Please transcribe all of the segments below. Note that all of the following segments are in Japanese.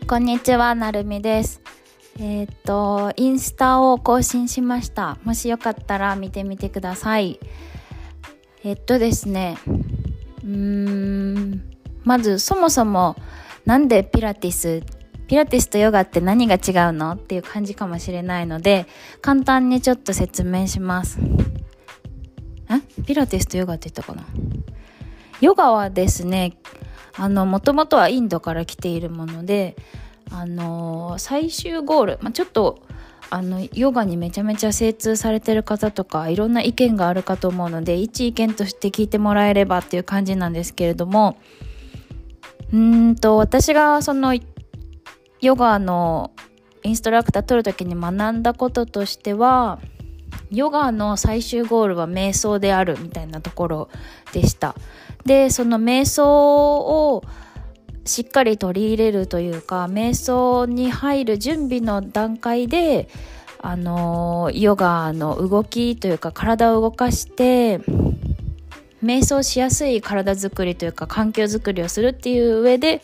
こんにちは、なるみです。インスタを更新しました。もしよかったら見てみてください。ですね、まずそもそもなんでピラティスとヨガって何が違うのっていう感じかもしれないので、簡単にちょっと説明します。ピラティスとヨガって言ったかな。ヨガはですね、もともとはインドから来ているもので、最終ゴール、ちょっとヨガにめちゃめちゃ精通されてる方とかいろんな意見があるかと思うので、一意見として聞いてもらえればっていう感じなんですけれども、私がそのヨガのインストラクター取るときに学んだこととしては、ヨガの最終ゴールは瞑想であるみたいなところでした。で、その瞑想をしっかり取り入れるというか、瞑想に入る準備の段階でヨガの動きというか体を動かして瞑想しやすい体作りというか環境作りをするっていう上で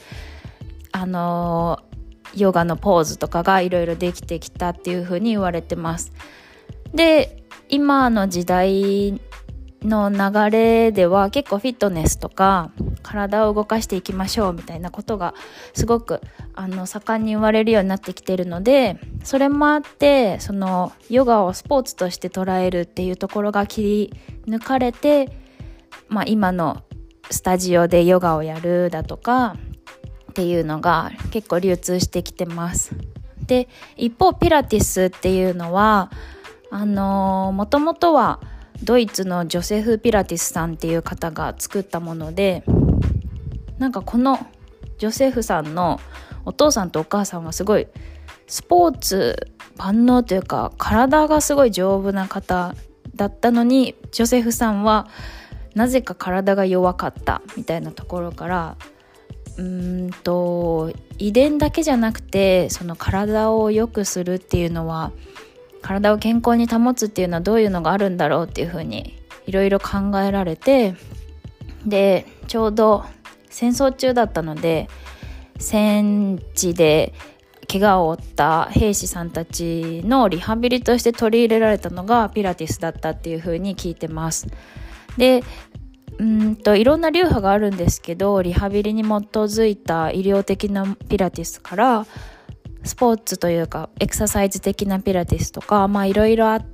ヨガのポーズとかがいろいろできてきたっていう風に言われてます。で、今の時代の流れでは結構フィットネスとか体を動かしていきましょうみたいなことがすごく盛んに言われるようになってきているので、それもあってそのヨガをスポーツとして捉えるっていうところが切り抜かれて、今のスタジオでヨガをやるだとかっていうのが結構流通してきてます。で、一方ピラティスっていうのはもともとはドイツのジョセフ・ピラティスさんっていう方が作ったもので、このジョセフさんのお父さんとお母さんはすごいスポーツ万能というか体がすごい丈夫な方だったのに、ジョセフさんはなぜか体が弱かったみたいなところから、遺伝だけじゃなくてその体を良くするっていうのは、体を健康に保つっていうのはどういうのがあるんだろうっていうふうにいろいろ考えられて、でちょうど戦争中だったので戦地で怪我を負った兵士さんたちのリハビリとして取り入れられたのがピラティスだったっていうふうに聞いてます。でいろんな流派があるんですけど、リハビリに基づいた医療的なピラティスからスポーツというかエクササイズ的なピラティスとかいろいろあって、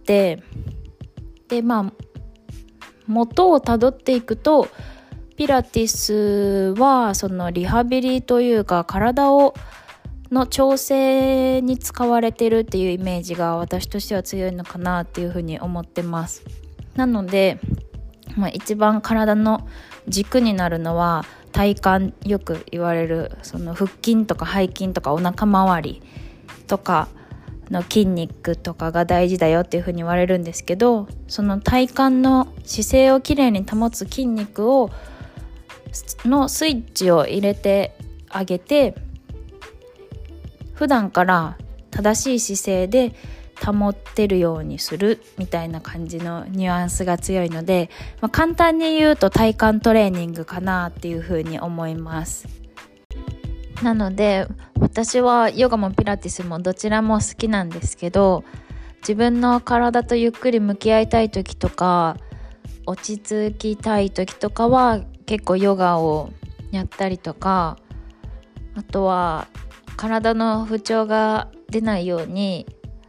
で元をたどっていくとピラティスはそのリハビリというか体の調整に使われてるっていうイメージが私としては強いのかなっていうふうに思ってます。なので、一番体の軸になるのは体幹、よく言われるその腹筋とか背筋とかお腹周りとかの筋肉とかが大事だよっていうふうに言われるんですけど、その体幹の姿勢をきれいに保つ筋肉のスイッチを入れてあげて、普段から正しい姿勢で保ってるようにするみたいな感じのニュアンスが強いので、簡単に言うと体幹トレーニングかなっていうふうに思います。なので私はヨガもピラティスもどちらも好きなんですけど、自分の体とゆっくり向き合いたい時とか落ち着きたい時とかは結構ヨガをやったりとか、あとは体の不調が出ないように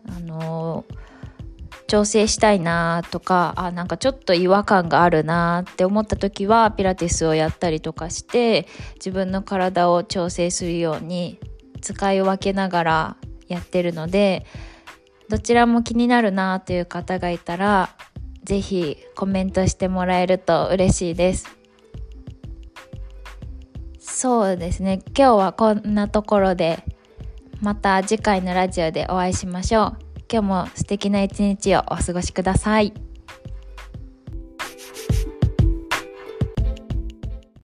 調整したいなとか、ちょっと違和感があるなって思った時はピラティスをやったりとかして自分の体を調整するように使い分けながらやってるので、どちらも気になるなという方がいたらぜひコメントしてもらえると嬉しいです。そうですね、今日はこんなところで、また次回のラジオでお会いしましょう。今日も素敵な一日をお過ごしください。